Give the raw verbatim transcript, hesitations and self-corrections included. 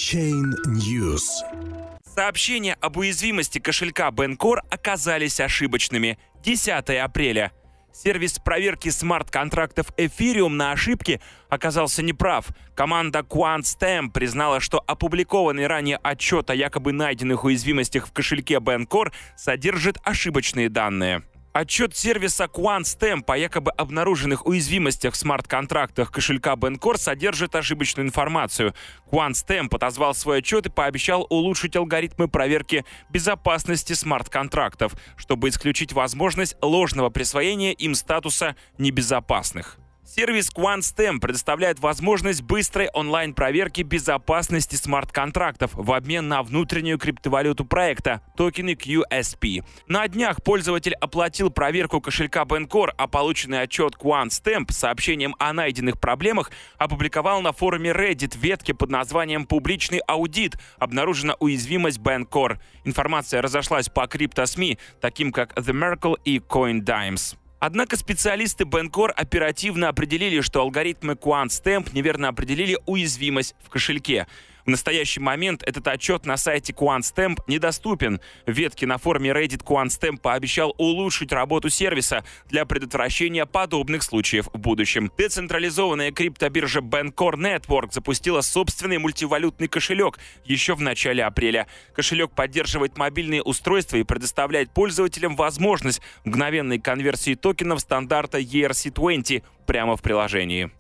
Chain News. Сообщения об уязвимости кошелька Bancor оказались ошибочными. десятое апреля. Сервис проверки смарт-контрактов Ethereum на ошибки оказался неправ. Команда QuantStamp признала, что опубликованный ранее отчет о якобы найденных уязвимостях в кошельке Bancor содержит ошибочные данные. Отчет сервиса QuantStamp о якобы обнаруженных уязвимостях в смарт-контрактах кошелька Bancor содержит ошибочную информацию. QuantStamp отозвал свой отчет и пообещал улучшить алгоритмы проверки безопасности смарт-контрактов, чтобы исключить возможность ложного присвоения им статуса небезопасных. Сервис QuantStamp предоставляет возможность быстрой онлайн-проверки безопасности смарт-контрактов в обмен на внутреннюю криптовалюту проекта — токены кью эс пи. На днях пользователь оплатил проверку кошелька Bancor, а полученный отчет QuantStamp с сообщением о найденных проблемах опубликовал на форуме Reddit в ветке под названием «Публичный аудит. Обнаружена уязвимость Bancor». Информация разошлась по крипто-СМИ, таким как The Merkle и CoinDimes. Однако специалисты Bancor оперативно определили, что алгоритмы QuantStamp неверно определили уязвимость в кошельке. В настоящий момент этот отчет на сайте QuantStamp недоступен. В ветке на форуме Reddit QuantStamp пообещал улучшить работу сервиса для предотвращения подобных случаев в будущем. Децентрализованная криптобиржа Bancor Network запустила собственный мультивалютный кошелек еще в начале апреля. Кошелек поддерживает мобильные устройства и предоставляет пользователям возможность мгновенной конверсии токенов стандарта и ар си двадцать прямо в приложении.